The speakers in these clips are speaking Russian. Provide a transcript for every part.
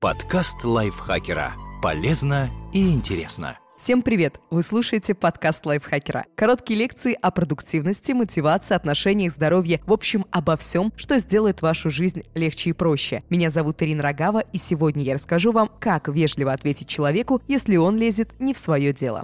Подкаст лайфхакера. Полезно и интересно. Всем привет! Вы слушаете подкаст лайфхакера. Короткие лекции о продуктивности, мотивации, отношениях, здоровье. В общем, обо всем, что сделает вашу жизнь легче и проще. Меня зовут Ирина Рогава, и сегодня я расскажу вам, как вежливо ответить человеку, если он лезет не в свое дело.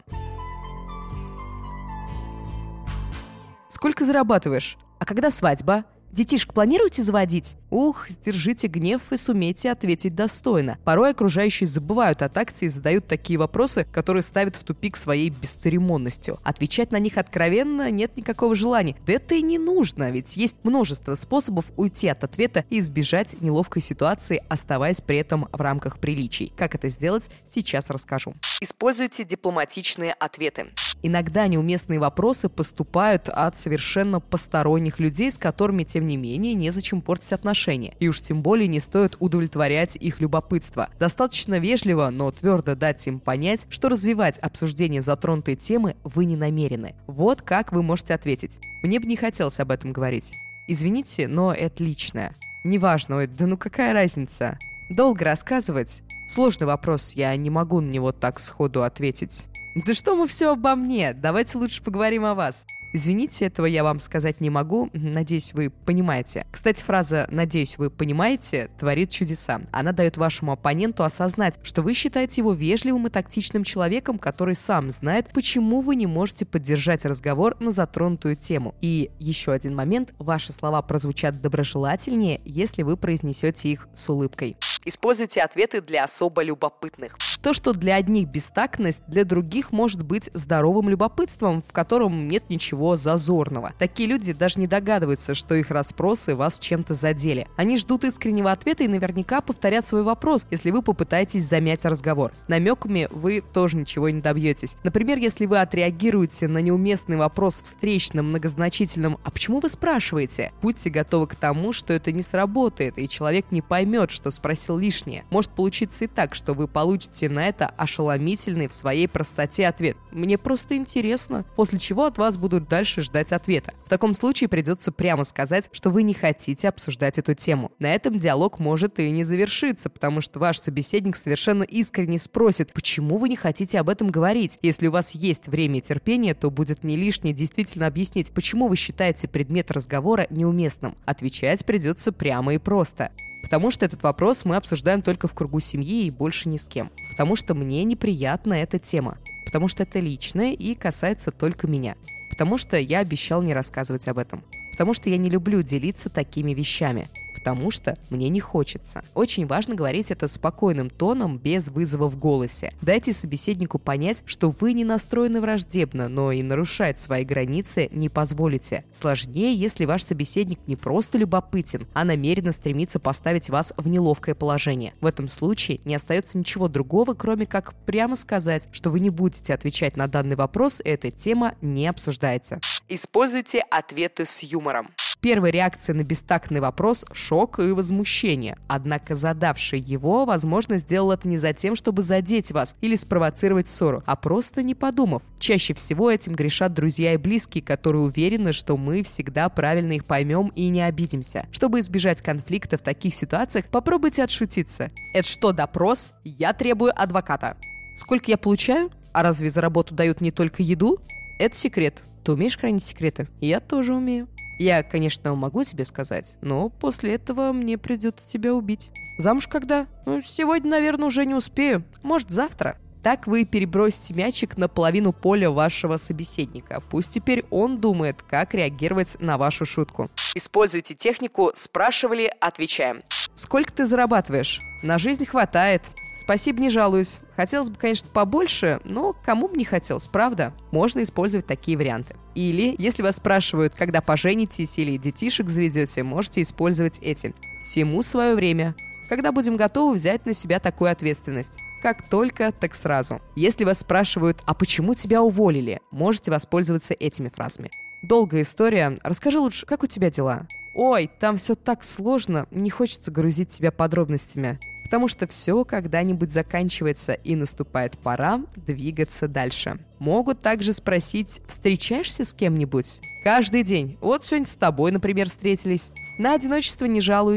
Сколько зарабатываешь? А когда свадьба? Детишек планируете заводить? Ух, сдержите гнев и сумейте ответить достойно. Порой окружающие забывают о такте и задают такие вопросы, которые ставят в тупик своей бесцеремонностью. Отвечать на них откровенно нет никакого желания. Да это и не нужно, ведь есть множество способов уйти от ответа и избежать неловкой ситуации, оставаясь при этом в рамках приличий. Как это сделать, сейчас расскажу. Используйте дипломатичные ответы. Иногда неуместные вопросы поступают от совершенно посторонних людей, с которыми, тем не менее, незачем портить отношения. И уж тем более не стоит удовлетворять их любопытство. Достаточно вежливо, но твердо дать им понять, что развивать обсуждение затронутой темы вы не намерены. Вот как вы можете ответить. Мне бы не хотелось об этом говорить. Извините, но это личное. Неважно, ой, да ну какая разница? Долго рассказывать? Сложный вопрос, я не могу на него так сходу ответить. Да что мы все обо мне? Давайте лучше поговорим о вас. Извините, этого я вам сказать не могу, надеюсь, вы понимаете. Кстати, фраза «надеюсь, вы понимаете» творит чудеса. Она дает вашему оппоненту осознать, что вы считаете его вежливым и тактичным человеком, который сам знает, почему вы не можете поддержать разговор на затронутую тему. И еще один момент, ваши слова прозвучат доброжелательнее, если вы произнесете их с улыбкой. Используйте ответы для особо любопытных. То, что для одних бестактность, для других может быть здоровым любопытством, в котором нет ничего зазорного. Такие люди даже не догадываются, что их расспросы вас чем-то задели. Они ждут искреннего ответа и наверняка повторят свой вопрос, если вы попытаетесь замять разговор. Намеками вы тоже ничего не добьетесь. Например, если вы отреагируете на неуместный вопрос встречным, многозначительным «А почему вы спрашиваете?», будьте готовы к тому, что это не сработает, и человек не поймет, что спросил лишнее. Может получиться и так, что вы получите на это ошеломительный в своей простоте ответ «Мне просто интересно», после чего от вас будут дальше ждать ответа. В таком случае придется прямо сказать, что вы не хотите обсуждать эту тему. На этом диалог может и не завершиться, потому что ваш собеседник совершенно искренне спросит, почему вы не хотите об этом говорить. Если у вас есть время и терпение, то будет не лишнее действительно объяснить, почему вы считаете предмет разговора неуместным. Отвечать придется прямо и просто. Потому что этот вопрос мы обсуждаем только в кругу семьи и больше ни с кем. Потому что мне неприятна эта тема. Потому что это личное и касается только меня. Потому что я обещал не рассказывать об этом. Потому что я не люблю делиться такими вещами. Потому что мне не хочется. Очень важно говорить это спокойным тоном, без вызова в голосе. Дайте собеседнику понять, что вы не настроены враждебно, но и нарушать свои границы не позволите. Сложнее, если ваш собеседник не просто любопытен, а намеренно стремится поставить вас в неловкое положение. В этом случае не остается ничего другого, кроме как прямо сказать, что вы не будете отвечать на данный вопрос, и эта тема не обсуждается. Используйте ответы с юмором. Первая реакция на бестактный вопрос – шок и возмущение. Однако задавший его, возможно, сделал это не за тем, чтобы задеть вас или спровоцировать ссору, а просто не подумав. Чаще всего этим грешат друзья и близкие, которые уверены, что мы всегда правильно их поймем и не обидимся. Чтобы избежать конфликта в таких ситуациях, попробуйте отшутиться. Это что, допрос? Я требую адвоката. Сколько я получаю? А разве за работу дают не только еду? Это секрет. Ты умеешь хранить секреты? Я тоже умею. Я, конечно, могу тебе сказать, но после этого мне придется тебя убить. Замуж когда? Сегодня, наверное, уже не успею. Может, завтра? Так вы перебросите мячик на половину поля вашего собеседника. Пусть теперь он думает, как реагировать на вашу шутку. Используйте технику «спрашивали, отвечаем». Сколько ты зарабатываешь? На жизнь хватает. Спасибо, не жалуюсь. Хотелось бы, конечно, побольше, но кому бы не хотелось, правда? Можно использовать такие варианты. Или, если вас спрашивают, когда поженитесь или детишек заведете, можете использовать эти. Всему свое время. Когда будем готовы взять на себя такую ответственность? Как только, так сразу. Если вас спрашивают, а почему тебя уволили, можете воспользоваться этими фразами. Долгая история. Расскажи лучше, как у тебя дела? Ой, там все так сложно, не хочется грузить тебя подробностями. Потому что все когда-нибудь заканчивается и наступает пора двигаться дальше. Могут также спросить, встречаешься с кем-нибудь? Каждый день. Вот сегодня с тобой, например, встретились. На одиночество не жалуюсь.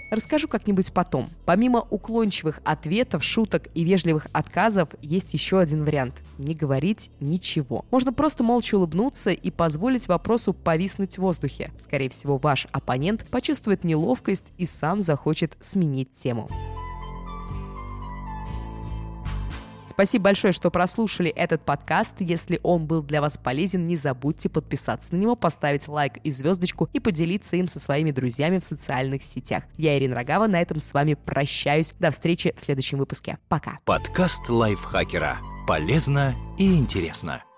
Расскажу как-нибудь потом. Помимо уклончивых ответов, шуток и вежливых отказов, есть еще один вариант – не говорить ничего. Можно просто молча улыбнуться и позволить вопросу повиснуть в воздухе. Скорее всего, ваш оппонент почувствует неловкость и сам захочет сменить тему. Спасибо большое, что прослушали этот подкаст. Если он был для вас полезен, не забудьте подписаться на него, поставить лайк и звездочку и поделиться им со своими друзьями в социальных сетях. Я, Ирина Рогава, на этом с вами прощаюсь. До встречи в следующем выпуске. Пока. Подкаст лайфхакера. Полезно и интересно.